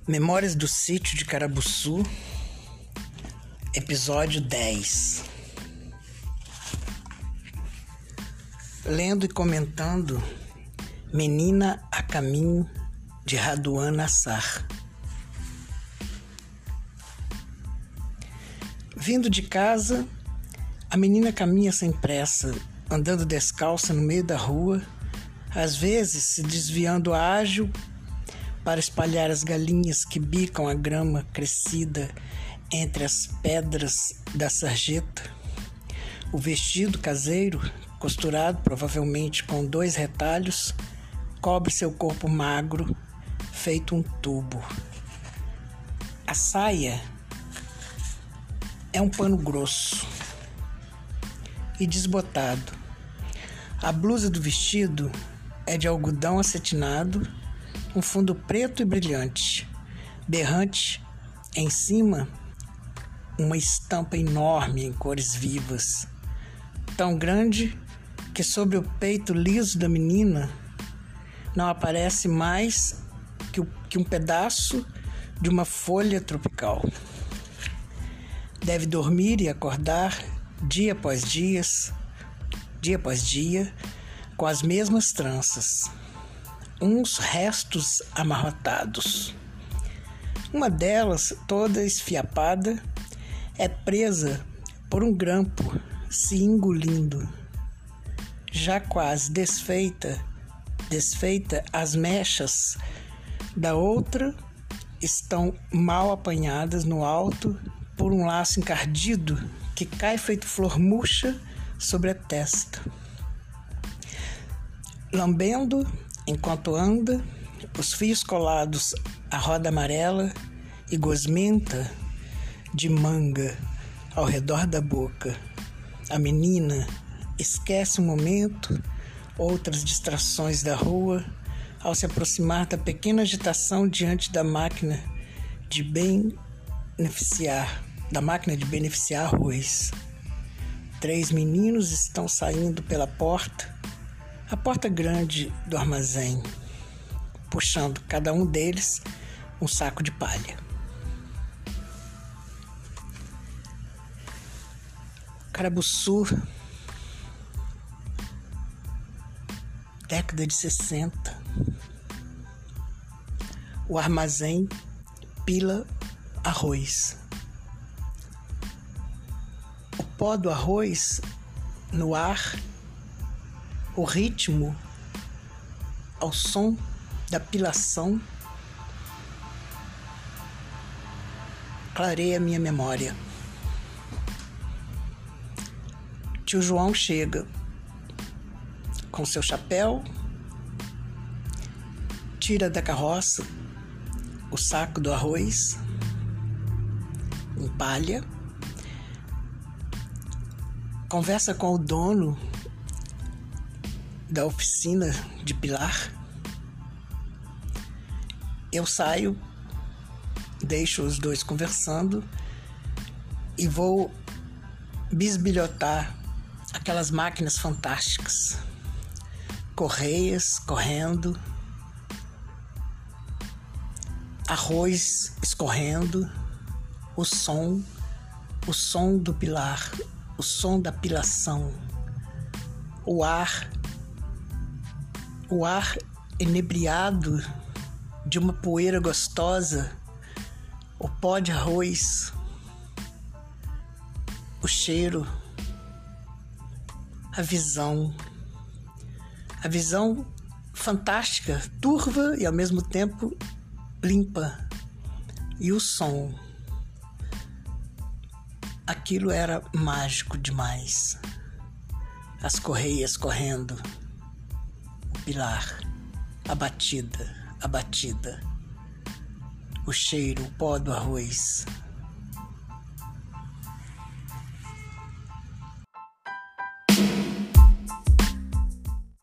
Memórias do Sítio de Carabuçu, episódio 10. Lendo e comentando Menina a Caminho, de Raduan Nassar. Vindo de casa, a menina caminha sem pressa, andando descalça no meio da rua, às vezes se desviando ágil para espalhar as galinhas que bicam a grama crescida entre as pedras da sarjeta. O vestido caseiro, costurado provavelmente com 2 retalhos, cobre seu corpo magro, feito um tubo. A saia é um pano grosso e desbotado. A blusa do vestido é de algodão acetinado, um fundo preto e brilhante, berrante, em cima uma estampa enorme em cores vivas, tão grande que sobre o peito liso da menina não aparece mais que um pedaço de uma folha tropical. Deve dormir e acordar dia após dia, com as mesmas tranças, uns restos amarrotados. Uma delas, toda esfiapada, é presa por um grampo, se engolindo. Já quase desfeita, as mechas da outra estão mal apanhadas no alto por um laço encardido que cai feito flor murcha sobre a testa. Lambendo, enquanto anda, os fios colados à roda amarela e gosmenta de manga ao redor da boca. A menina esquece um momento outras distrações da rua ao se aproximar da pequena agitação diante da máquina de beneficiar arroz. 3 meninos estão saindo pela porta, a porta grande do armazém, puxando cada um deles um saco de palha. Carabuçu, década de 60. O armazém pila arroz. O pó do arroz no ar, o ritmo ao som da pilação clareia minha memória. Tio João chega com seu chapéu, tira da carroça o saco do arroz, empalha, conversa com o dono da oficina de pilar. Eu saio, deixo os dois conversando e vou bisbilhotar aquelas máquinas fantásticas, correias correndo, arroz escorrendo, o som do pilar, o som da pilação, o ar enebriado de uma poeira gostosa, o pó de arroz, o cheiro, a visão fantástica, turva e ao mesmo tempo limpa, e o som. Aquilo era mágico demais. As correias correndo, o pilar, a batida, o cheiro, o pó do arroz.